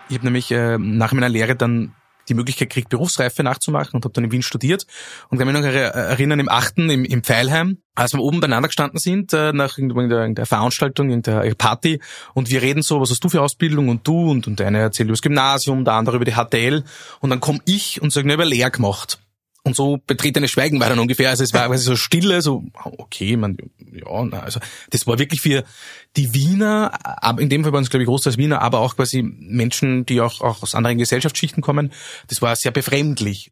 Ich habe nämlich nach meiner Lehre dann die Möglichkeit gekriegt, Berufsreife nachzumachen und habe dann in Wien studiert. Und kann mich noch erinnern, im 8. im Pfeilheim, als wir oben beieinander gestanden sind, nach irgendeiner Veranstaltung, irgendeiner Party, und wir reden so, was hast du für Ausbildung und du, und der eine erzählt über das Gymnasium, der andere über die HTL, und dann komme ich und sage, ne, über Lehr gemacht. Und so betretenes Schweigen war dann ungefähr, also es war quasi so Stille, so, okay, also das war wirklich für die Wiener, aber in dem Fall waren es, glaube ich, Großteils Wiener, aber auch quasi Menschen, die auch aus anderen Gesellschaftsschichten kommen, das war sehr befremdlich.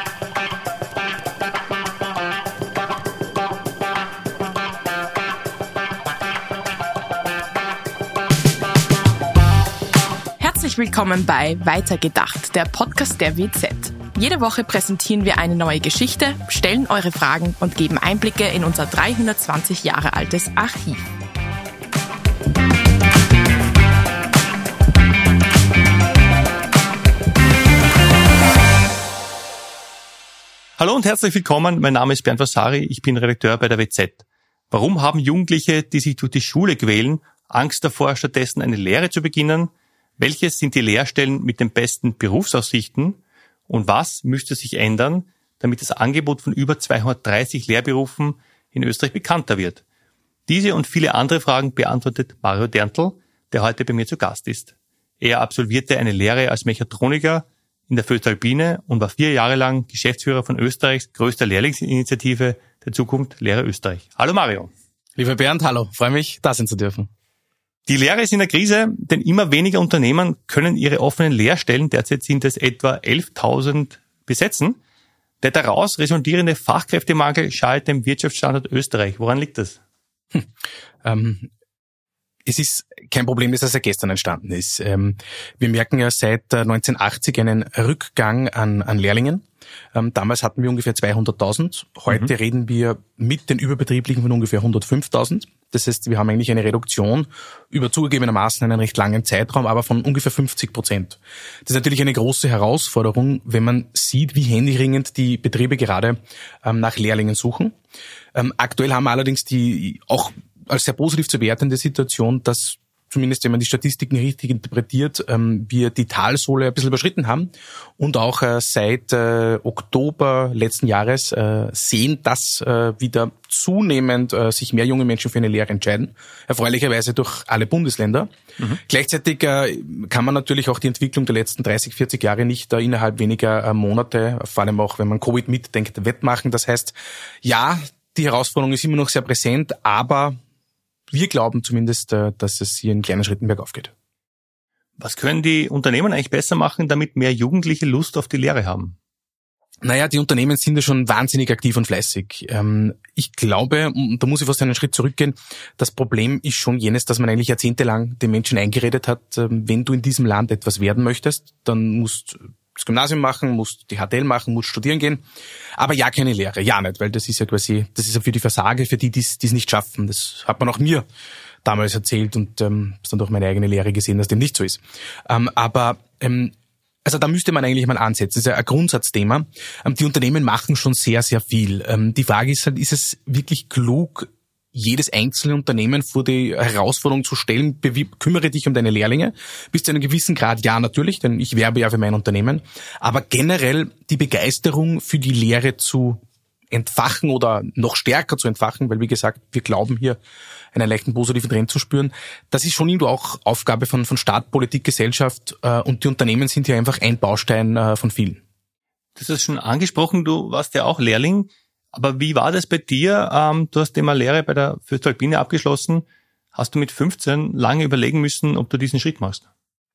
Herzlich willkommen bei Weitergedacht, der Podcast der WZ. Jede Woche präsentieren wir eine neue Geschichte, stellen eure Fragen und geben Einblicke in unser 320 Jahre altes Archiv. Hallo und herzlich willkommen, mein Name ist Bernd Vasari, ich bin Redakteur bei der WZ. Warum haben Jugendliche, die sich durch die Schule quälen, Angst davor, stattdessen eine Lehre zu beginnen? Welches sind die Lehrstellen mit den besten Berufsaussichten? Und was müsste sich ändern, damit das Angebot von über 230 Lehrberufen in Österreich bekannter wird? Diese und viele andere Fragen beantwortet Mario Derntl, der heute bei mir zu Gast ist. Er absolvierte eine Lehre als Mechatroniker in der Voestalpine und war 4 Jahre lang Geschäftsführer von Österreichs größter Lehrlingsinitiative der Zukunft Lehre Österreich. Hallo Mario. Lieber Bernd, hallo. Freue mich, da sein zu dürfen. Die Lehre ist in der Krise, denn immer weniger Unternehmen können ihre offenen Lehrstellen, derzeit sind es etwa 11.000, besetzen. Der daraus resultierende Fachkräftemangel schadet dem Wirtschaftsstandort Österreich. Woran liegt das? Es ist kein Problem, das seit gestern entstanden ist. Wir merken ja seit 1980 einen Rückgang an Lehrlingen. Damals hatten wir ungefähr 200.000. Heute reden wir mit den Überbetrieblichen von ungefähr 105.000. Das heißt, wir haben eigentlich eine Reduktion über zugegebenermaßen einen recht langen Zeitraum, aber von ungefähr 50%. Das ist natürlich eine große Herausforderung, wenn man sieht, wie händeringend die Betriebe gerade nach Lehrlingen suchen. Aktuell haben wir allerdings die auch als sehr positiv zu wertende Situation, dass zumindest wenn man die Statistiken richtig interpretiert, wir die Talsohle ein bisschen überschritten haben und auch seit Oktober letzten Jahres sehen, dass wieder zunehmend sich mehr junge Menschen für eine Lehre entscheiden, erfreulicherweise durch alle Bundesländer. Gleichzeitig kann man natürlich auch die Entwicklung der letzten 30, 40 Jahre nicht innerhalb weniger Monate, vor allem auch wenn man Covid mitdenkt, wettmachen. Das heißt, ja, die Herausforderung ist immer noch sehr präsent, aber wir glauben zumindest, dass es hier in kleinen Schritten bergauf geht. Was können die Unternehmen eigentlich besser machen, damit mehr Jugendliche Lust auf die Lehre haben? Naja, die Unternehmen sind ja schon wahnsinnig aktiv und fleißig. Ich glaube, und da muss ich fast einen Schritt zurückgehen, das Problem ist schon jenes, dass man eigentlich jahrzehntelang den Menschen eingeredet hat, wenn du in diesem Land etwas werden möchtest, dann musst das Gymnasium machen, musst die HTL machen, musst studieren gehen. Aber ja, keine Lehre. Ja nicht, weil das ist ja quasi, das ist ja für die Versager, für die es nicht schaffen. Das hat man auch mir damals erzählt und dann durch meine eigene Lehre gesehen, dass dem nicht so ist. Also da müsste man eigentlich mal ansetzen. Das ist ja ein Grundsatzthema. Die Unternehmen machen schon sehr, sehr viel. Die Frage ist halt, ist es wirklich klug, jedes einzelne Unternehmen vor die Herausforderung zu stellen, kümmere dich um deine Lehrlinge. Bis zu einem gewissen Grad ja natürlich, denn ich werbe ja für mein Unternehmen. Aber generell die Begeisterung für die Lehre zu entfachen oder noch stärker zu entfachen, weil wie gesagt, wir glauben hier einen leichten positiven Trend zu spüren. Das ist schon irgendwo auch Aufgabe von Staat, Politik, Gesellschaft und die Unternehmen sind hier einfach ein Baustein von vielen. Du hast es schon angesprochen, du warst ja auch Lehrling. Aber wie war das bei dir? Du hast immer Lehre bei der Voestalpine abgeschlossen. Hast du mit 15 lange überlegen müssen, ob du diesen Schritt machst?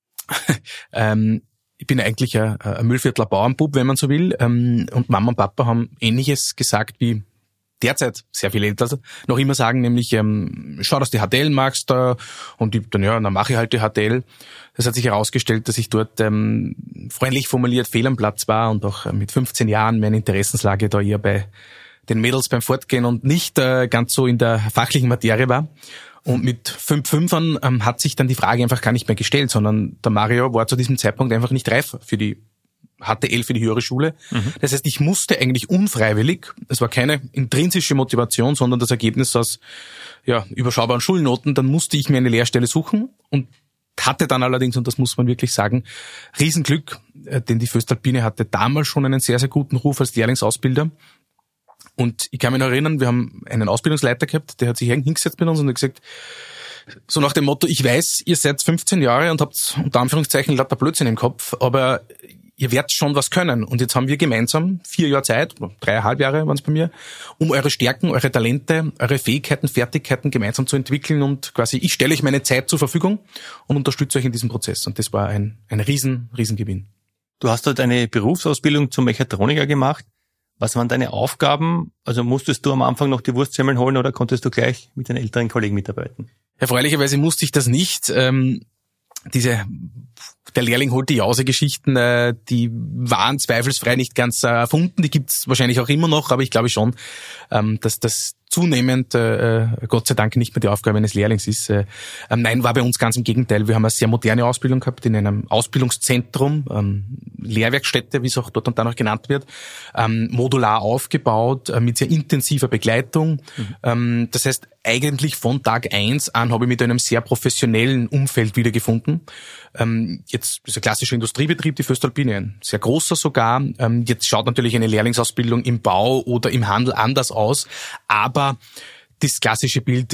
Ich bin eigentlich ein Müllviertler Bauernbub, wenn man so will. Und Mama und Papa haben Ähnliches gesagt wie derzeit sehr viele Eltern noch immer sagen, nämlich schau, dass du die HTL magst. Und ich dann mache ich halt die HTL. Das hat sich herausgestellt, dass ich dort freundlich formuliert fehl am Platz war und auch mit 15 Jahren meine Interessenslage da eher bei den Mädels beim Fortgehen und nicht ganz so in der fachlichen Materie war. Und mit 5-5ern hat sich dann die Frage einfach gar nicht mehr gestellt, sondern der Mario war zu diesem Zeitpunkt einfach nicht reif für die HTL, für die höhere Schule. Das heißt, ich musste eigentlich unfreiwillig, es war keine intrinsische Motivation, sondern das Ergebnis aus überschaubaren Schulnoten, dann musste ich mir eine Lehrstelle suchen und hatte dann allerdings, und das muss man wirklich sagen, Riesenglück, denn die Föstalpine hatte damals schon einen sehr, sehr guten Ruf als Lehrlingsausbilder. Und ich kann mich noch erinnern, wir haben einen Ausbildungsleiter gehabt, der hat sich hingesetzt mit uns und hat gesagt, so nach dem Motto, ich weiß, ihr seid 15 Jahre und habt unter Anführungszeichen lauter Blödsinn im Kopf, aber ihr werdet schon was können. Und jetzt haben wir gemeinsam 4 Jahre Zeit, 3,5 Jahre waren es bei mir, um eure Stärken, eure Talente, eure Fähigkeiten, Fertigkeiten gemeinsam zu entwickeln. Und quasi, ich stelle euch meine Zeit zur Verfügung und unterstütze euch in diesem Prozess. Und das war ein Riesengewinn. Du hast dort eine Berufsausbildung zum Mechatroniker gemacht. Was waren deine Aufgaben? Also musstest du am Anfang noch die Wurstsemmeln holen oder konntest du gleich mit den älteren Kollegen mitarbeiten? Erfreulicherweise musste ich das nicht. Der Lehrling holt die Jause-Geschichten, die waren zweifelsfrei nicht ganz erfunden, die gibt's wahrscheinlich auch immer noch, aber ich glaube schon, dass das zunehmend, Gott sei Dank, nicht mehr die Aufgabe eines Lehrlings ist. Nein, war bei uns ganz im Gegenteil. Wir haben eine sehr moderne Ausbildung gehabt in einem Ausbildungszentrum, Lehrwerkstätte, wie es auch dort und da noch genannt wird, modular aufgebaut, mit sehr intensiver Begleitung. Das heißt, eigentlich von Tag 1 an habe ich mich in einem sehr professionellen Umfeld wiedergefunden. Jetzt ist ein klassischer Industriebetrieb, die Föstalpine, ein sehr großer sogar. Jetzt schaut natürlich eine Lehrlingsausbildung im Bau oder im Handel anders aus, aber das klassische Bild,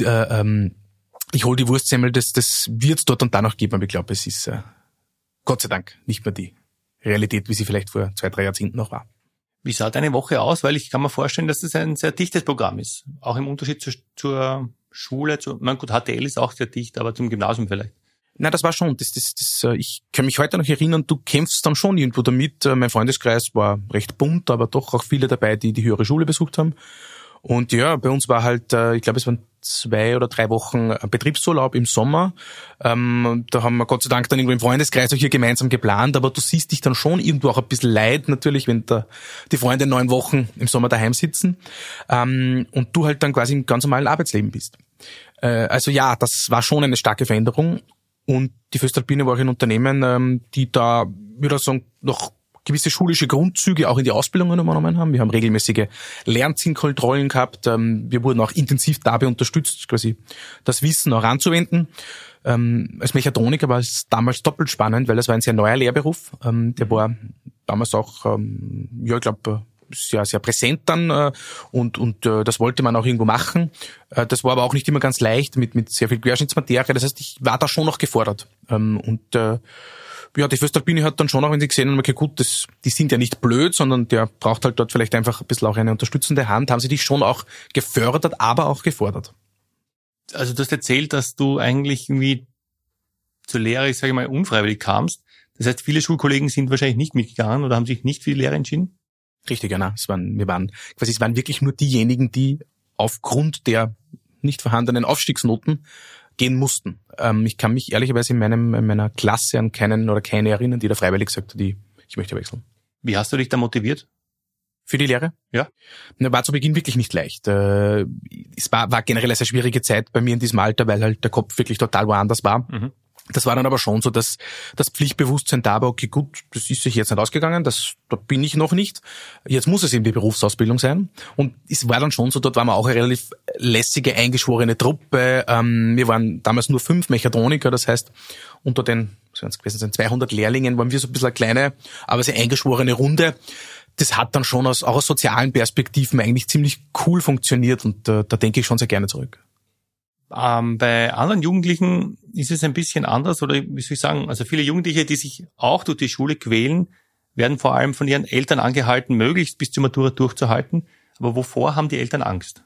ich hole die Wurstsemmel, das wird es dort und da noch geben, aber ich glaube, es ist Gott sei Dank nicht mehr die Realität, wie sie vielleicht vor 2-3 Jahrzehnten noch war. Wie sah deine Woche aus? Weil ich kann mir vorstellen, dass das ein sehr dichtes Programm ist. Auch im Unterschied zur Schule. Gut, HTL ist auch sehr dicht, aber zum Gymnasium vielleicht. Nein, das war schon. Ich kann mich heute noch erinnern, du kämpfst dann schon irgendwo damit. Mein Freundeskreis war recht bunt, aber doch auch viele dabei, die höhere Schule besucht haben. Und ja, bei uns war halt, ich glaube, es waren 2 oder 3 Wochen Betriebsurlaub im Sommer. Da haben wir Gott sei Dank dann irgendwo im Freundeskreis auch hier gemeinsam geplant, aber du siehst dich dann schon irgendwo auch ein bisschen leid natürlich, wenn die Freunde 9 Wochen im Sommer daheim sitzen und du halt dann quasi im ganz normalen Arbeitsleben bist. Also ja, das war schon eine starke Veränderung und die Föstalpine war auch ein Unternehmen, die da, würde ich sagen, noch gewisse schulische Grundzüge auch in die Ausbildungen übernommen haben. Wir haben regelmäßige Lernzielkontrollen gehabt. Wir wurden auch intensiv dabei unterstützt, quasi das Wissen auch anzuwenden. Als Mechatroniker war es damals doppelt spannend, weil das war ein sehr neuer Lehrberuf. Der war damals auch, ich glaube, sehr, sehr präsent dann und das wollte man auch irgendwo machen. Das war aber auch nicht immer ganz leicht mit sehr viel Querschnittsmaterie. Das heißt, ich war da schon noch gefordert. Ja, die Föstalpine hat dann schon auch, wenn sie gesehen haben, okay, gut, die sind ja nicht blöd, sondern der braucht halt dort vielleicht einfach ein bisschen auch eine unterstützende Hand, haben sie dich schon auch gefördert, aber auch gefordert. Also du hast erzählt, dass du eigentlich irgendwie zur Lehre, ich sage mal, unfreiwillig kamst. Das heißt, viele Schulkollegen sind wahrscheinlich nicht mitgegangen oder haben sich nicht für die Lehre entschieden? Richtig, genau. Es waren wirklich nur diejenigen, die aufgrund der nicht vorhandenen Aufstiegsnoten gehen mussten. Ich kann mich ehrlicherweise in meiner Klasse an keinen oder keine erinnern, die da freiwillig gesagt hat, ich möchte wechseln. Wie hast du dich da motiviert? Für die Lehre? Ja. War zu Beginn wirklich nicht leicht. Es war generell eine sehr schwierige Zeit bei mir in diesem Alter, weil halt der Kopf wirklich total woanders war. Mhm. Das war dann aber schon so, dass das Pflichtbewusstsein da war, okay, gut, das ist sich jetzt nicht ausgegangen, da bin ich noch nicht. Jetzt muss es eben die Berufsausbildung sein. Und es war dann schon so, dort waren wir auch eine relativ lässige, eingeschworene Truppe. Wir waren damals nur 5 Mechatroniker, das heißt, unter den 200 Lehrlingen waren wir so ein bisschen eine kleine, aber sehr eingeschworene Runde. Das hat dann schon auch aus sozialen Perspektiven eigentlich ziemlich cool funktioniert und da denke ich schon sehr gerne zurück. Bei anderen Jugendlichen ist es ein bisschen anders, oder wie soll ich sagen, also viele Jugendliche, die sich auch durch die Schule quälen, werden vor allem von ihren Eltern angehalten, möglichst bis zur Matura durchzuhalten. Aber wovor haben die Eltern Angst?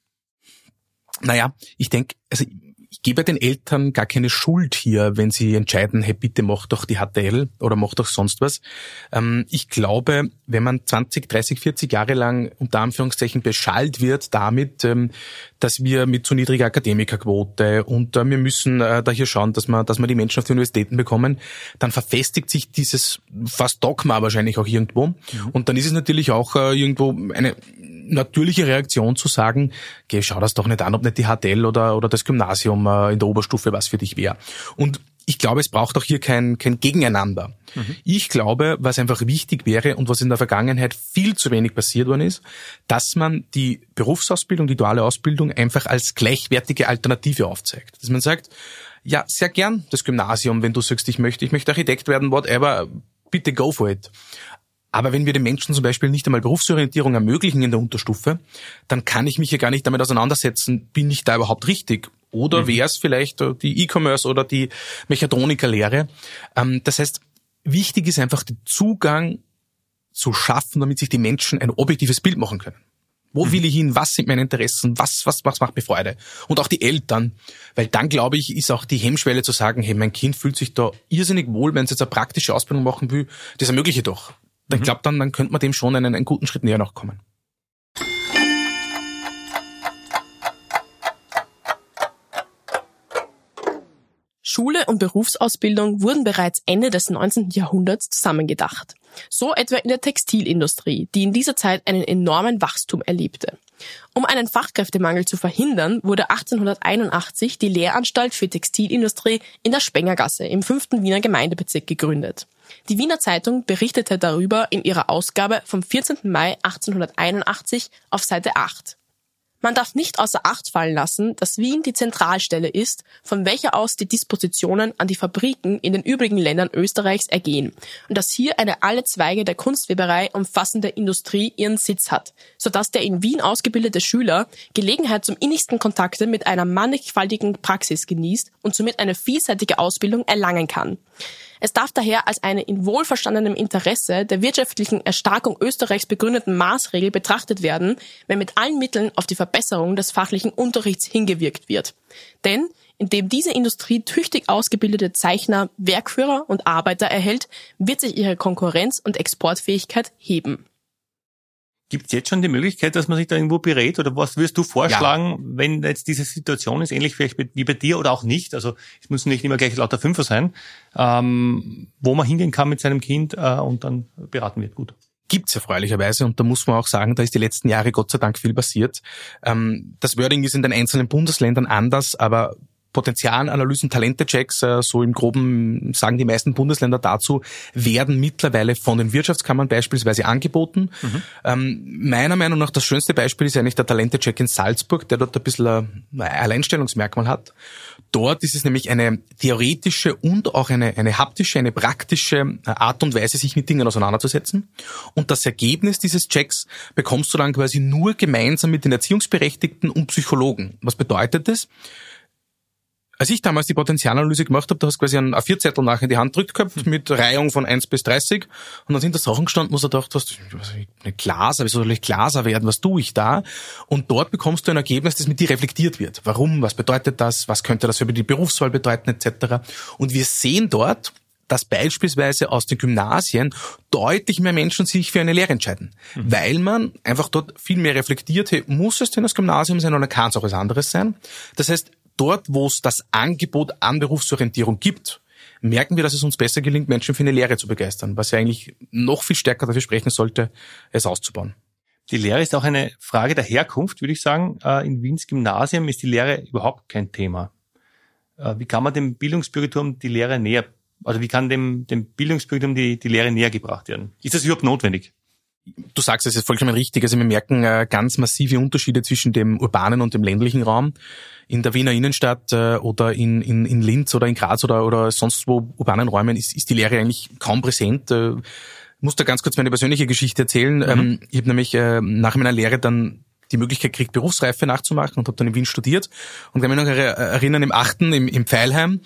Naja, ich denke, also ich gebe den Eltern gar keine Schuld hier, wenn sie entscheiden, hey, bitte mach doch die HTL oder mach doch sonst was. Ich glaube, wenn man 20, 30, 40 Jahre lang unter Anführungszeichen beschallt wird damit, dass wir mit zu niedriger Akademikerquote und wir müssen da hier schauen, dass wir die Menschen auf die Universitäten bekommen, dann verfestigt sich dieses fast Dogma wahrscheinlich auch irgendwo. Mhm. Und dann ist es natürlich auch irgendwo eine natürliche Reaktion zu sagen, okay, schau das doch nicht an, ob nicht die HTL oder das Gymnasium in der Oberstufe was für dich wäre. Und ich glaube, es braucht auch hier kein Gegeneinander. Mhm. Ich glaube, was einfach wichtig wäre und was in der Vergangenheit viel zu wenig passiert worden ist, dass man die Berufsausbildung, die duale Ausbildung einfach als gleichwertige Alternative aufzeigt. Dass man sagt, Ja, sehr gern das Gymnasium, wenn du sagst, ich möchte Architekt werden, whatever, bitte go for it. Aber wenn wir den Menschen zum Beispiel nicht einmal Berufsorientierung ermöglichen in der Unterstufe, dann kann ich mich ja gar nicht damit auseinandersetzen, bin ich da überhaupt richtig? Oder wäre es vielleicht die E-Commerce oder die Mechatronikerlehre? Das heißt, wichtig ist einfach, den Zugang zu schaffen, damit sich die Menschen ein objektives Bild machen können. Wo will ich hin? Was sind meine Interessen? Was macht mir Freude? Und auch die Eltern. Weil dann, glaube ich, ist auch die Hemmschwelle zu sagen, hey, mein Kind fühlt sich da irrsinnig wohl, wenn es jetzt eine praktische Ausbildung machen will. Das ermögliche doch. Ich glaube, dann könnte man dem schon einen guten Schritt näher noch kommen. Schule und Berufsausbildung wurden bereits Ende des 19. Jahrhunderts zusammengedacht. So etwa in der Textilindustrie, die in dieser Zeit einen enormen Wachstum erlebte. Um einen Fachkräftemangel zu verhindern, wurde 1881 die Lehranstalt für Textilindustrie in der Spengergasse im 5. Wiener Gemeindebezirk gegründet. Die Wiener Zeitung berichtete darüber in ihrer Ausgabe vom 14. Mai 1881 auf Seite 8. Man darf nicht außer Acht fallen lassen, dass Wien die Zentralstelle ist, von welcher aus die Dispositionen an die Fabriken in den übrigen Ländern Österreichs ergehen und dass hier eine alle Zweige der Kunstweberei umfassende Industrie ihren Sitz hat, sodass der in Wien ausgebildete Schüler Gelegenheit zum innigsten Kontakte mit einer mannigfaltigen Praxis genießt und somit eine vielseitige Ausbildung erlangen kann. Es darf daher als eine in wohlverstandenem Interesse der wirtschaftlichen Erstarkung Österreichs begründeten Maßregel betrachtet werden, wenn mit allen Mitteln auf die Verbesserung des fachlichen Unterrichts hingewirkt wird. Denn indem diese Industrie tüchtig ausgebildete Zeichner, Werkführer und Arbeiter erhält, wird sich ihre Konkurrenz- und Exportfähigkeit heben. Gibt es jetzt schon die Möglichkeit, dass man sich da irgendwo berät? Oder was würdest du vorschlagen, wenn jetzt diese Situation ist, ähnlich vielleicht wie bei dir oder auch nicht? Also es müssen nicht immer gleich lauter Fünfer sein, wo man hingehen kann mit seinem Kind und dann beraten wird. Gut. Gibt's erfreulicherweise, und da muss man auch sagen, da ist die letzten Jahre Gott sei Dank viel passiert. Das Wording ist in den einzelnen Bundesländern anders, aber Potenzialanalysen, Talentechecks, so im Groben sagen die meisten Bundesländer dazu, werden mittlerweile von den Wirtschaftskammern beispielsweise angeboten. Meiner Meinung nach das schönste Beispiel ist eigentlich der Talentecheck in Salzburg, der dort ein bisschen ein Alleinstellungsmerkmal hat. Dort ist es nämlich eine theoretische und auch eine haptische, eine praktische Art und Weise, sich mit Dingen auseinanderzusetzen. Und das Ergebnis dieses Checks bekommst du dann quasi nur gemeinsam mit den Erziehungsberechtigten und Psychologen. Was bedeutet das? Als ich damals die Potenzialanalyse gemacht habe, da hast du quasi einen A4-Zettel nachher in die Hand gedrückt gehabt mit Reihung von 1 bis 30 und dann sind da Sachen gestanden, wo du gedacht hast, nicht Glaser, wieso soll ich Glaser werden, was tue ich da? Und dort bekommst du ein Ergebnis, das mit dir reflektiert wird. Warum, was bedeutet das, was könnte das für die Berufswahl bedeuten, etc. Und wir sehen dort, dass beispielsweise aus den Gymnasien deutlich mehr Menschen sich für eine Lehre entscheiden. Weil man einfach dort viel mehr reflektiert, hey, muss es denn das Gymnasium sein oder kann es auch was anderes sein? Das heißt, dort, wo es das Angebot an Berufsorientierung gibt, merken wir, dass es uns besser gelingt, Menschen für eine Lehre zu begeistern, was ja eigentlich noch viel stärker dafür sprechen sollte, es auszubauen. Die Lehre ist auch eine Frage der Herkunft, würde ich sagen. In Wiens Gymnasium ist die Lehre überhaupt kein Thema. Wie kann man dem Bildungsbürgertum die Lehre näher, also wie kann dem Bildungsbürgertum die Lehre näher gebracht werden? Ist das überhaupt notwendig? Du sagst, es ist vollkommen richtig. Also wir merken ganz massive Unterschiede zwischen dem urbanen und dem ländlichen Raum. In der Wiener Innenstadt oder in Linz oder in Graz oder sonst wo urbanen Räumen ist die Lehre eigentlich kaum präsent. Ich muss da ganz kurz meine persönliche Geschichte erzählen. Ich habe nämlich nach meiner Lehre dann die Möglichkeit gekriegt, Berufsreife nachzumachen und habe dann in Wien studiert. Und kann mich noch erinnern, im 8. im Pfeilheim,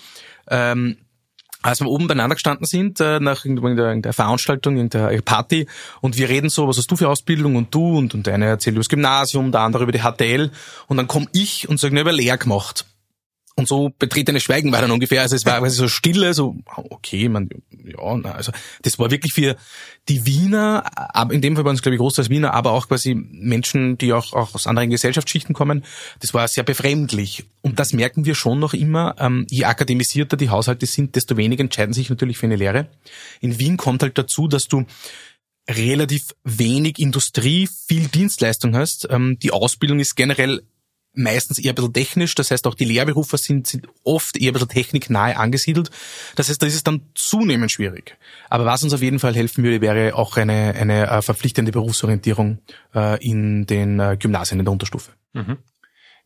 als wir oben beieinander gestanden sind, nach irgendeiner Veranstaltung, irgendeiner Party, und wir reden so, was hast du für Ausbildung und du, und der eine erzählt über das Gymnasium, der andere über die HTL, und dann komme ich und sage, ich habe Lehre gemacht. Und so betretene Schweigen war dann ungefähr, also es war quasi so Stille, so, okay, also das war wirklich für die Wiener, aber in dem Fall waren es, glaube ich, groß als Wiener, aber auch quasi Menschen, die auch aus anderen Gesellschaftsschichten kommen, das war sehr befremdlich. Und das merken wir schon noch immer, je akademisierter die Haushalte sind, desto weniger entscheiden sich natürlich für eine Lehre. In Wien kommt halt dazu, dass du relativ wenig Industrie, viel Dienstleistung hast. Die Ausbildung ist generell meistens eher ein bisschen technisch, das heißt auch die Lehrberufe sind oft eher ein bisschen techniknahe angesiedelt. Das heißt, da ist es dann zunehmend schwierig. Aber was uns auf jeden Fall helfen würde, wäre auch eine verpflichtende Berufsorientierung in den Gymnasien in der Unterstufe. Mhm.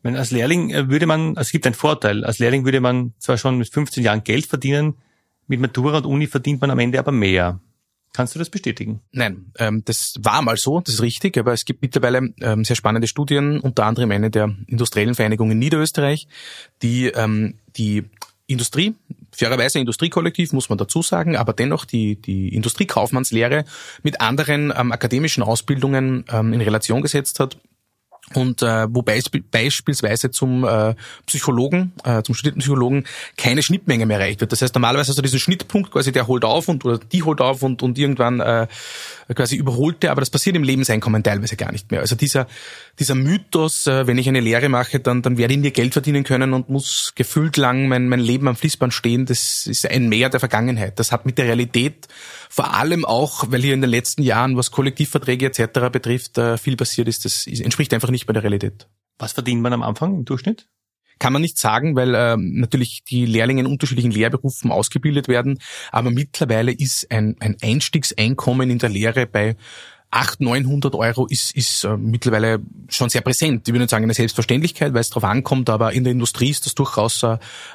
Als Lehrling es gibt einen Vorteil, als Lehrling würde man zwar schon mit 15 Jahren Geld verdienen, mit Matura und Uni verdient man am Ende aber mehr. Kannst du das bestätigen? Nein, das war mal so, das ist richtig, aber es gibt mittlerweile sehr spannende Studien, unter anderem eine der industriellen Vereinigung in Niederösterreich, die Industrie, fairerweise Industriekollektiv, muss man dazu sagen, aber dennoch die Industriekaufmannslehre mit anderen akademischen Ausbildungen in Relation gesetzt hat. Und wobei beispielsweise zum Psychologen, zum studierten Psychologen keine Schnittmenge mehr erreicht wird. Das heißt, normalerweise hast du diesen Schnittpunkt, quasi der holt auf oder die holt auf und irgendwann quasi überholt der, aber das passiert im Lebenseinkommen teilweise gar nicht mehr. Also dieser Mythos, wenn ich eine Lehre mache, dann werde ich nie Geld verdienen können und muss gefühlt lang mein Leben am Fließband stehen, das ist ein Mehr der Vergangenheit. Das hat mit der Realität vor allem auch, weil hier in den letzten Jahren, was Kollektivverträge etc. betrifft, viel passiert ist, das entspricht einfach nicht bei der Realität. Was verdient man am Anfang im Durchschnitt? Kann man nicht sagen, weil natürlich die Lehrlinge in unterschiedlichen Lehrberufen ausgebildet werden, aber mittlerweile ist ein Einstiegseinkommen in der Lehre bei 800-900 Euro ist mittlerweile schon sehr präsent. Ich würde nicht sagen eine Selbstverständlichkeit, weil es darauf ankommt, aber in der Industrie ist das durchaus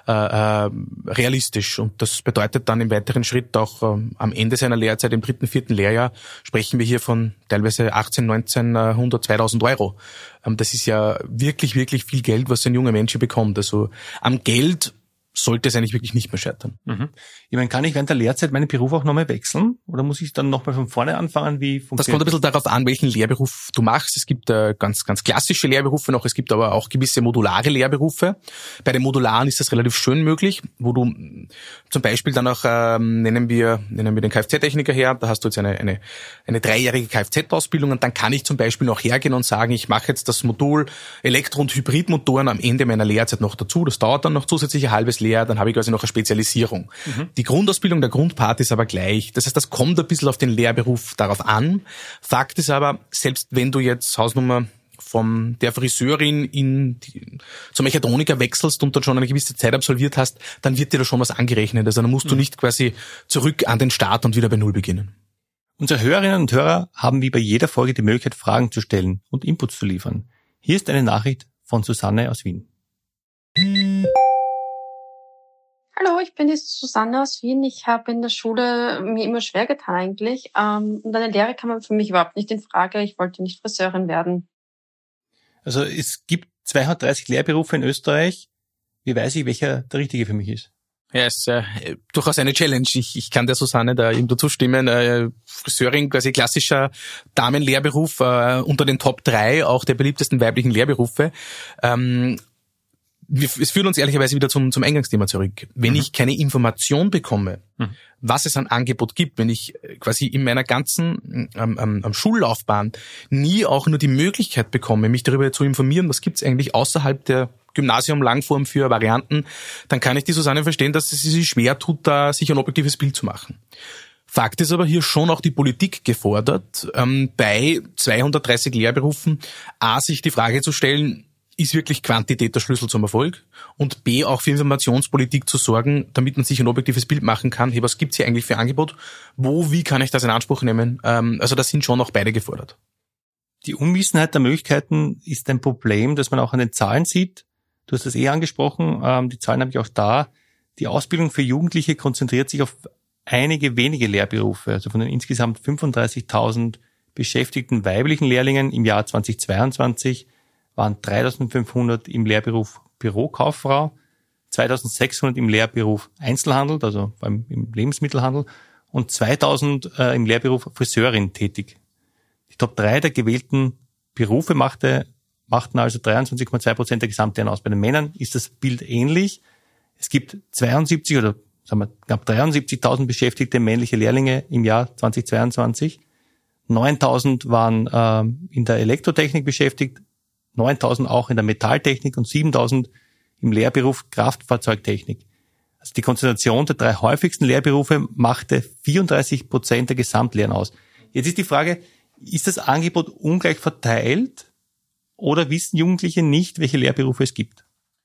realistisch. Und das bedeutet dann im weiteren Schritt auch am Ende seiner Lehrzeit, im 3., 4. Lehrjahr, sprechen wir hier von teilweise 1900, 2000 Euro. Das ist ja wirklich, wirklich viel Geld, was ein junger Mensch hier bekommt. Also am Geld sollte es eigentlich wirklich nicht mehr scheitern. Mhm. Ich meine, kann ich während der Lehrzeit meinen Beruf auch nochmal wechseln? Oder muss ich dann nochmal von vorne anfangen? Das kommt ein bisschen darauf an, welchen Lehrberuf du machst. Es gibt ganz, ganz klassische Lehrberufe noch. Es gibt aber auch gewisse modulare Lehrberufe. Bei den modularen ist das relativ schön möglich, wo du zum Beispiel dann auch, nehmen wir den Kfz-Techniker her. Da hast du jetzt eine 3-jährige Kfz-Ausbildung und dann kann ich zum Beispiel noch hergehen und sagen, ich mache jetzt das Modul Elektro- und Hybridmotoren am Ende meiner Lehrzeit noch dazu. Das dauert dann noch zusätzlich ein halbes Jahr, dann habe ich quasi noch eine Spezialisierung. Mhm. Die Grundausbildung, der Grundpart ist aber gleich. Das heißt, das kommt ein bisschen auf den Lehrberuf darauf an. Fakt ist aber, selbst wenn du jetzt Hausnummer von der Friseurin zum Mechatroniker wechselst und dann schon eine gewisse Zeit absolviert hast, dann wird dir da schon was angerechnet. Also dann musst du nicht quasi zurück an den Start und wieder bei Null beginnen. Unsere Hörerinnen und Hörer haben wie bei jeder Folge die Möglichkeit, Fragen zu stellen und Inputs zu liefern. Hier ist eine Nachricht von Susanne aus Wien. Hallo, ich bin die Susanne aus Wien. Ich habe in der Schule mir immer schwer getan eigentlich. Und eine Lehre kam man für mich überhaupt nicht in Frage. Ich wollte nicht Friseurin werden. Also es gibt 230 Lehrberufe in Österreich. Wie weiß ich, welcher der richtige für mich ist? Ja, es ist durchaus eine Challenge. Ich kann der Susanne da irgendwo zustimmen. Friseurin, quasi klassischer Damenlehrberuf, unter den Top 3 auch der beliebtesten weiblichen Lehrberufe. Es führt uns ehrlicherweise wieder zum Eingangsthema zurück. Wenn ich keine Information bekomme, was es an Angebot gibt, wenn ich quasi in meiner ganzen Schullaufbahn nie auch nur die Möglichkeit bekomme, mich darüber zu informieren, was gibt's eigentlich außerhalb der Gymnasium-Langform für Varianten, dann kann ich die Susanne verstehen, dass es sich schwer tut, da sich ein objektives Bild zu machen. Fakt ist aber hier schon auch die Politik gefordert, bei 230 Lehrberufen sich die Frage zu stellen, ist wirklich Quantität der Schlüssel zum Erfolg und B, auch für Informationspolitik zu sorgen, damit man sich ein objektives Bild machen kann. Hey, was gibt's hier eigentlich für Angebot? Wie kann ich das in Anspruch nehmen? Also da sind schon auch beide gefordert. Die Unwissenheit der Möglichkeiten ist ein Problem, das man auch an den Zahlen sieht. Du hast das angesprochen, die Zahlen habe ich auch da. Die Ausbildung für Jugendliche konzentriert sich auf einige wenige Lehrberufe. Also von den insgesamt 35.000 beschäftigten weiblichen Lehrlingen im Jahr 2022 waren 3.500 im Lehrberuf Bürokauffrau, 2.600 im Lehrberuf Einzelhandel, also im Lebensmittelhandel, und 2.000 im Lehrberuf Friseurin tätig. Die Top 3 der gewählten Berufe machten also 23,2% der Gesamtlehren aus. Bei den Männern ist das Bild ähnlich. Es gibt 72 oder sagen wir knapp 73.000 beschäftigte männliche Lehrlinge im Jahr 2022. 9.000 waren in der Elektrotechnik beschäftigt, 9.000 auch in der Metalltechnik und 7.000 im Lehrberuf Kraftfahrzeugtechnik. Also die Konzentration der 3 häufigsten Lehrberufe machte 34% der Gesamtlehren aus. Jetzt ist die Frage, ist das Angebot ungleich verteilt oder wissen Jugendliche nicht, welche Lehrberufe es gibt?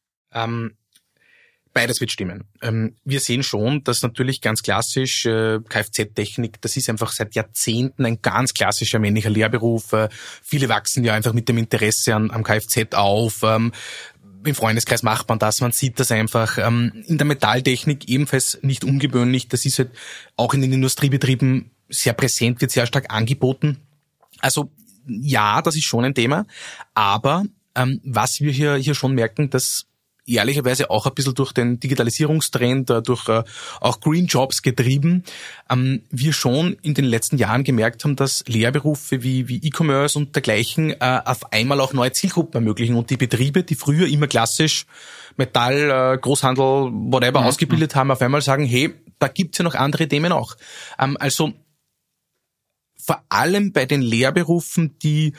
Beides wird stimmen. Wir sehen schon, dass natürlich ganz klassisch Kfz-Technik, das ist einfach seit Jahrzehnten ein ganz klassischer männlicher Lehrberuf. Viele wachsen ja einfach mit dem Interesse am Kfz auf. im Freundeskreis macht man das, man sieht das einfach. In der Metalltechnik ebenfalls nicht ungewöhnlich. Das ist halt auch in den Industriebetrieben sehr präsent, wird sehr stark angeboten. Also ja, das ist schon ein Thema. Aber was wir hier schon merken, dass ehrlicherweise auch ein bisschen durch den Digitalisierungstrend, durch auch Green Jobs getrieben, wir schon in den letzten Jahren gemerkt haben, dass Lehrberufe wie E-Commerce und dergleichen auf einmal auch neue Zielgruppen ermöglichen und die Betriebe, die früher immer klassisch Metall, Großhandel, whatever ausgebildet haben, auf einmal sagen, hey, da gibt's ja noch andere Themen auch. Also vor allem bei den Lehrberufen, die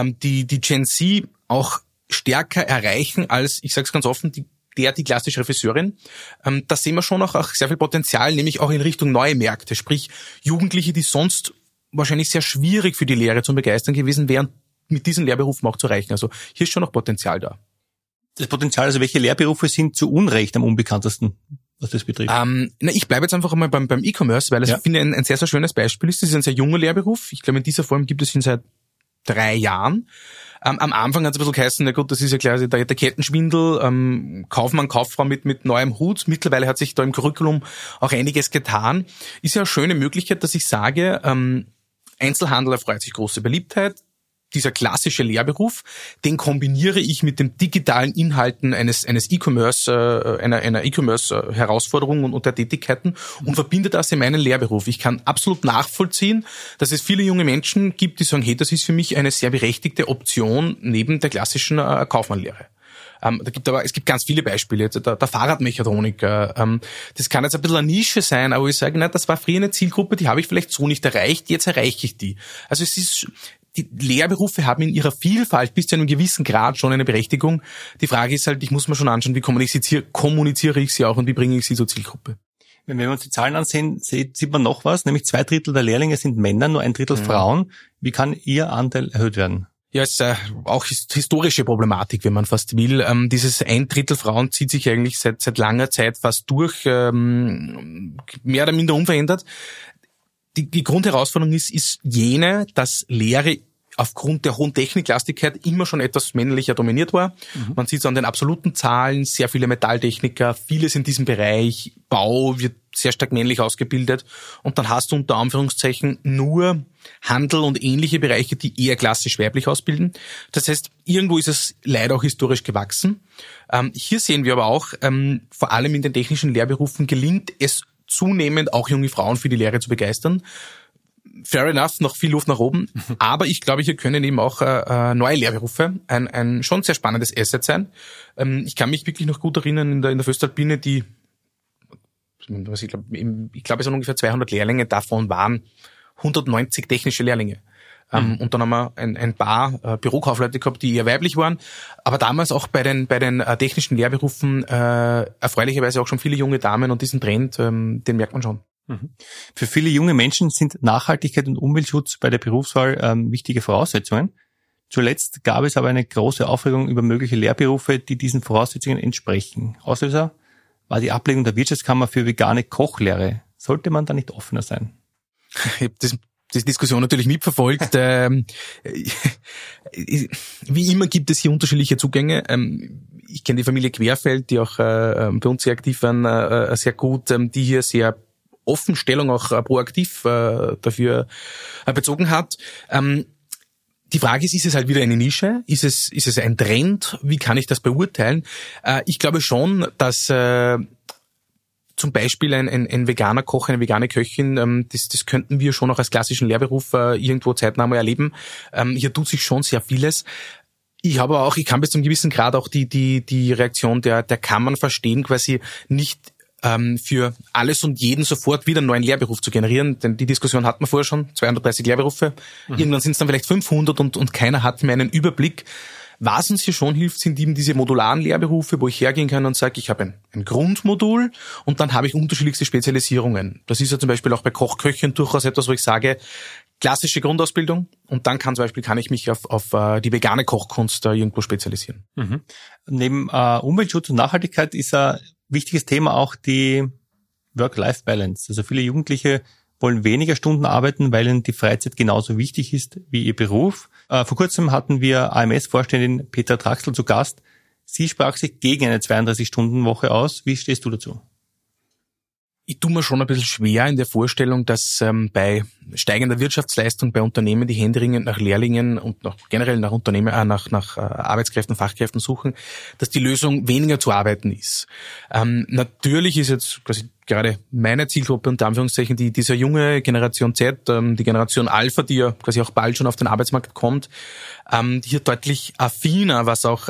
Gen Z auch stärker erreichen als, ich sage es ganz offen, die klassische Friseurin. Da sehen wir schon auch sehr viel Potenzial, nämlich auch in Richtung neue Märkte. Sprich, Jugendliche, die sonst wahrscheinlich sehr schwierig für die Lehre zu begeistern gewesen wären, mit diesen Lehrberufen auch zu erreichen. Also hier ist schon noch Potenzial da. Das Potenzial, also welche Lehrberufe sind zu Unrecht am unbekanntesten, was das betrifft? Ich bleibe jetzt einfach einmal beim E-Commerce, weil ich finde, ein sehr, sehr schönes Beispiel ist. Das ist ein sehr junger Lehrberuf. Ich glaube, in dieser Form gibt es ihn seit 3 Jahren. Am Anfang hat es ein bisschen geheißen, na gut, das ist ja klar der Kettenschwindel, Kaufmann, Kauffrau mit neuem Hut. Mittlerweile hat sich da im Curriculum auch einiges getan. Ist ja eine schöne Möglichkeit, dass ich sage, Einzelhandel erfreut sich große Beliebtheit. Dieser klassische Lehrberuf, den kombiniere ich mit den digitalen Inhalten eines E-Commerce, einer E-Commerce-Herausforderung und der Tätigkeiten und verbinde das in meinen Lehrberuf. Ich kann absolut nachvollziehen, dass es viele junge Menschen gibt, die sagen, hey, das ist für mich eine sehr berechtigte Option neben der klassischen Kaufmannlehre. Es gibt ganz viele Beispiele. Der Fahrradmechatroniker, das kann jetzt ein bisschen eine Nische sein, aber ich sage, das war früher eine Zielgruppe, die habe ich vielleicht so nicht erreicht, jetzt erreiche ich die. Also die Lehrberufe haben in ihrer Vielfalt bis zu einem gewissen Grad schon eine Berechtigung. Die Frage ist halt, ich muss mir schon anschauen, wie kommuniziere ich sie auch und wie bringe ich sie zur Zielgruppe. Wenn wir uns die Zahlen ansehen, sieht man noch was, nämlich 2/3 der Lehrlinge sind Männer, nur 1/3 Frauen. Wie kann ihr Anteil erhöht werden? Ja, es ist auch historische Problematik, wenn man fast will. Dieses 1/3 Frauen zieht sich eigentlich seit langer Zeit fast durch, mehr oder minder unverändert. Die Grundherausforderung ist jene, dass Lehre aufgrund der hohen Techniklastigkeit immer schon etwas männlicher dominiert war. Man sieht es an den absoluten Zahlen, sehr viele Metalltechniker, vieles in diesem Bereich, Bau wird sehr stark männlich ausgebildet und dann hast du unter Anführungszeichen nur Handel und ähnliche Bereiche, die eher klassisch weiblich ausbilden. Das heißt, irgendwo ist es leider auch historisch gewachsen. Hier sehen wir aber auch, vor allem in den technischen Lehrberufen gelingt es zunehmend auch junge Frauen für die Lehre zu begeistern. Fair enough, noch viel Luft nach oben. Aber ich glaube, hier können eben auch neue Lehrberufe ein schon sehr spannendes Asset sein. Ich kann mich wirklich noch gut erinnern, in der Föstalpine, ich glaube, es waren ungefähr 200 Lehrlinge, davon waren 190 technische Lehrlinge. Und dann haben wir ein paar Bürokaufleute gehabt, die eher weiblich waren. Aber damals auch bei den technischen Lehrberufen erfreulicherweise auch schon viele junge Damen und diesen Trend, den merkt man schon. Für viele junge Menschen sind Nachhaltigkeit und Umweltschutz bei der Berufswahl wichtige Voraussetzungen. Zuletzt gab es aber eine große Aufregung über mögliche Lehrberufe, die diesen Voraussetzungen entsprechen. Auslöser war die Ablehnung der Wirtschaftskammer für vegane Kochlehre. Sollte man da nicht offener sein? Ich habe die Diskussion natürlich mitverfolgt. Wie immer gibt es hier unterschiedliche Zugänge. Ich kenne die Familie Querfeld, die auch bei uns sehr aktiv waren, sehr gut, die hier sehr offen Stellung auch proaktiv dafür bezogen hat. Die Frage ist es halt wieder eine Nische? Ist es ein Trend? Wie kann ich das beurteilen? Ich glaube schon, dass zum Beispiel ein veganer Koch, eine vegane Köchin, das könnten wir schon auch als klassischen Lehrberuf irgendwo zeitnah mal erleben. Hier tut sich schon sehr vieles. Ich kann bis zu einem gewissen Grad auch die Reaktion der Kammern verstehen, quasi nicht für alles und jeden sofort wieder einen neuen Lehrberuf zu generieren, denn die Diskussion hatten wir vorher schon, 230 Lehrberufe, irgendwann sind es dann vielleicht 500 und keiner hat mehr einen Überblick. Was uns hier schon hilft, sind eben diese modularen Lehrberufe, wo ich hergehen kann und sage, ich habe ein Grundmodul und dann habe ich unterschiedlichste Spezialisierungen. Das ist ja zum Beispiel auch bei Kochköchen durchaus etwas, wo ich sage, klassische Grundausbildung und dann kann ich mich auf die vegane Kochkunst irgendwo spezialisieren. Neben Umweltschutz und Nachhaltigkeit ist ein wichtiges Thema auch die Work-Life-Balance. Also viele Jugendliche wollen weniger Stunden arbeiten, weil ihnen die Freizeit genauso wichtig ist wie ihr Beruf. Vor kurzem hatten wir AMS-Vorständin Petra Traxel zu Gast, Sie sprach sich gegen eine 32-Stunden-Woche aus. Wie stehst du dazu? Ich tue mir schon ein bisschen schwer in der Vorstellung, dass bei steigender Wirtschaftsleistung bei Unternehmen, die händeringend nach Lehrlingen und generell nach Unternehmen, nach Arbeitskräften, Fachkräften suchen, dass die Lösung weniger zu arbeiten ist. Natürlich ist jetzt quasi gerade meine Zielgruppe unter Anführungszeichen diese junge Generation Z, die Generation Alpha, die ja quasi auch bald schon auf den Arbeitsmarkt kommt, die hier deutlich affiner, was auch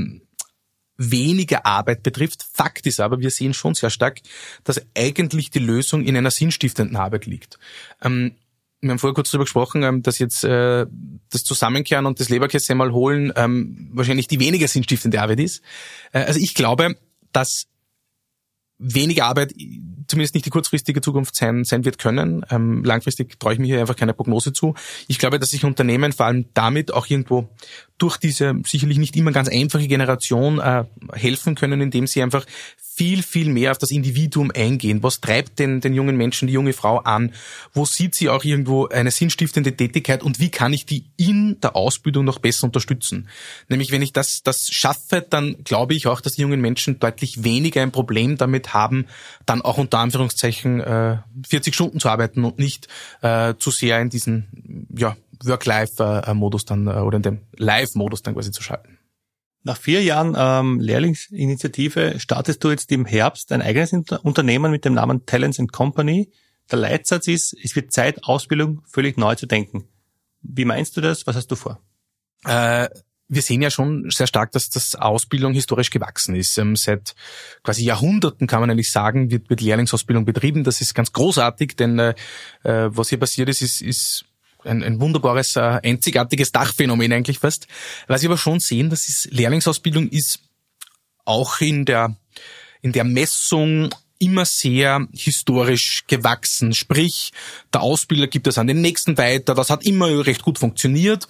weniger Arbeit betrifft. Fakt ist aber, wir sehen schon sehr stark, dass eigentlich die Lösung in einer sinnstiftenden Arbeit liegt. Wir haben vorher kurz darüber gesprochen, dass jetzt das Zusammenkehren und das Leberkäse mal holen wahrscheinlich die weniger sinnstiftende Arbeit ist. Also ich glaube, dass weniger Arbeit zumindest nicht die kurzfristige Zukunft sein wird können. Langfristig traue ich mir hier einfach keine Prognose zu. Ich glaube, dass sich Unternehmen vor allem damit auch irgendwo durch diese sicherlich nicht immer ganz einfache Generation helfen können, indem sie einfach viel, viel mehr auf das Individuum eingehen. Was treibt denn den jungen Menschen, die junge Frau an? Wo sieht sie auch irgendwo eine sinnstiftende Tätigkeit und wie kann ich die in der Ausbildung noch besser unterstützen? Nämlich, wenn ich das schaffe, dann glaube ich auch, dass die jungen Menschen deutlich weniger ein Problem damit haben, dann auch unter Anführungszeichen 40 Stunden zu arbeiten und nicht zu sehr in diesen Work-Life-Modus dann oder in dem Live-Modus dann quasi zu schalten. Nach 4 Jahren Lehrlingsinitiative startest du jetzt im Herbst ein eigenes Unternehmen mit dem Namen Talents & Company. Der Leitsatz ist, es wird Zeit, Ausbildung völlig neu zu denken. Wie meinst du das? Was hast du vor? Wir sehen ja schon sehr stark, dass das Ausbildung historisch gewachsen ist. Seit quasi Jahrhunderten, kann man eigentlich sagen, wird Lehrlingsausbildung betrieben. Das ist ganz großartig, denn was hier passiert ist ein wunderbares, einzigartiges Dachphänomen eigentlich fast. Was wir aber schon sehen, das ist, Lehrlingsausbildung ist auch in der Messung immer sehr historisch gewachsen. Sprich, der Ausbilder gibt es an den Nächsten weiter. Das hat immer recht gut funktioniert.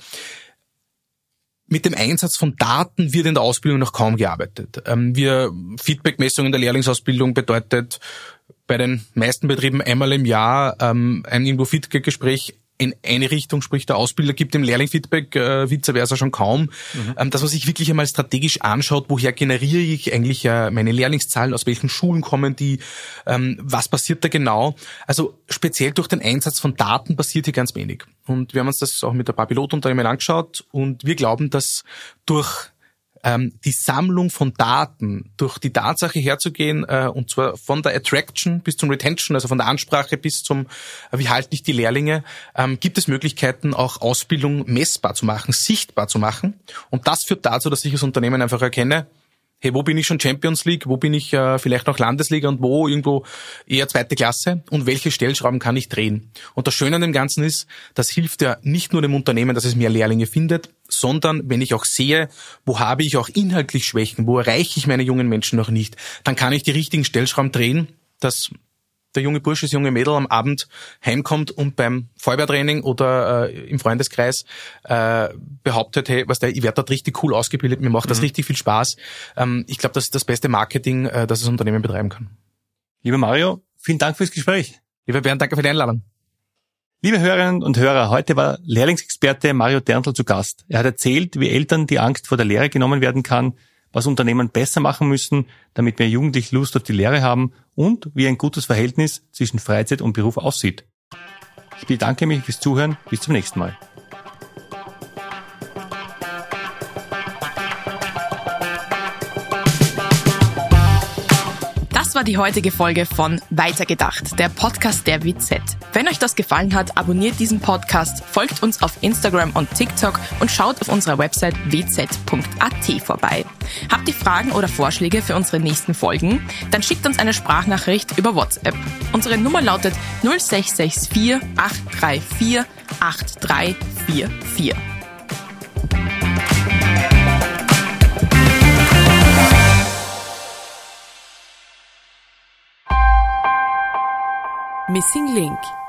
Mit dem Einsatz von Daten wird in der Ausbildung noch kaum gearbeitet. Feedbackmessung in der Lehrlingsausbildung bedeutet bei den meisten Betrieben einmal im Jahr ein irgendwo Feedbackgespräch in eine Richtung, sprich der Ausbilder gibt dem Lehrling Feedback, vice versa schon kaum. Dass man sich wirklich einmal strategisch anschaut, woher generiere ich eigentlich meine Lehrlingszahlen, aus welchen Schulen kommen die, was passiert da genau. Also speziell durch den Einsatz von Daten passiert hier ganz wenig. Und wir haben uns das auch mit ein paar Pilotunternehmen angeschaut und wir glauben, dass durch die Sammlung von Daten, durch die Tatsache herzugehen, und zwar von der Attraction bis zum Retention, also von der Ansprache bis zum, wie halte ich die Lehrlinge, gibt es Möglichkeiten, auch Ausbildung messbar zu machen, sichtbar zu machen. Und das führt dazu, dass ich als Unternehmen einfach erkenne, hey, wo bin ich schon Champions League, wo bin ich vielleicht noch Landesliga und wo irgendwo eher 2. Klasse und welche Stellschrauben kann ich drehen. Und das Schöne an dem Ganzen ist, das hilft ja nicht nur dem Unternehmen, dass es mehr Lehrlinge findet, sondern wenn ich auch sehe, wo habe ich auch inhaltlich Schwächen, wo erreiche ich meine jungen Menschen noch nicht, dann kann ich die richtigen Stellschrauben drehen, dass der junge Bursche, das junge Mädel am Abend heimkommt und beim Feuerwehrtraining oder im Freundeskreis behauptet, hey, ich werde dort richtig cool ausgebildet, mir macht das richtig viel Spaß. Ich glaube, das ist das beste Marketing, das das Unternehmen betreiben kann. Lieber Mario, vielen Dank fürs Gespräch. Lieber Bernd, danke für die Einladung. Liebe Hörerinnen und Hörer, heute war Lehrlingsexperte Mario Derntl zu Gast. Er hat erzählt, wie Eltern die Angst vor der Lehre genommen werden kann, was Unternehmen besser machen müssen, damit mehr Jugendliche Lust auf die Lehre haben und wie ein gutes Verhältnis zwischen Freizeit und Beruf aussieht. Ich bedanke mich fürs Zuhören. Bis zum nächsten Mal. Das war die heutige Folge von Weitergedacht, der Podcast der WZ. Wenn euch das gefallen hat, abonniert diesen Podcast, folgt uns auf Instagram und TikTok und schaut auf unserer Website wz.at vorbei. Habt ihr Fragen oder Vorschläge für unsere nächsten Folgen? Dann schickt uns eine Sprachnachricht über WhatsApp. Unsere Nummer lautet 0664 834 8344. Missing Link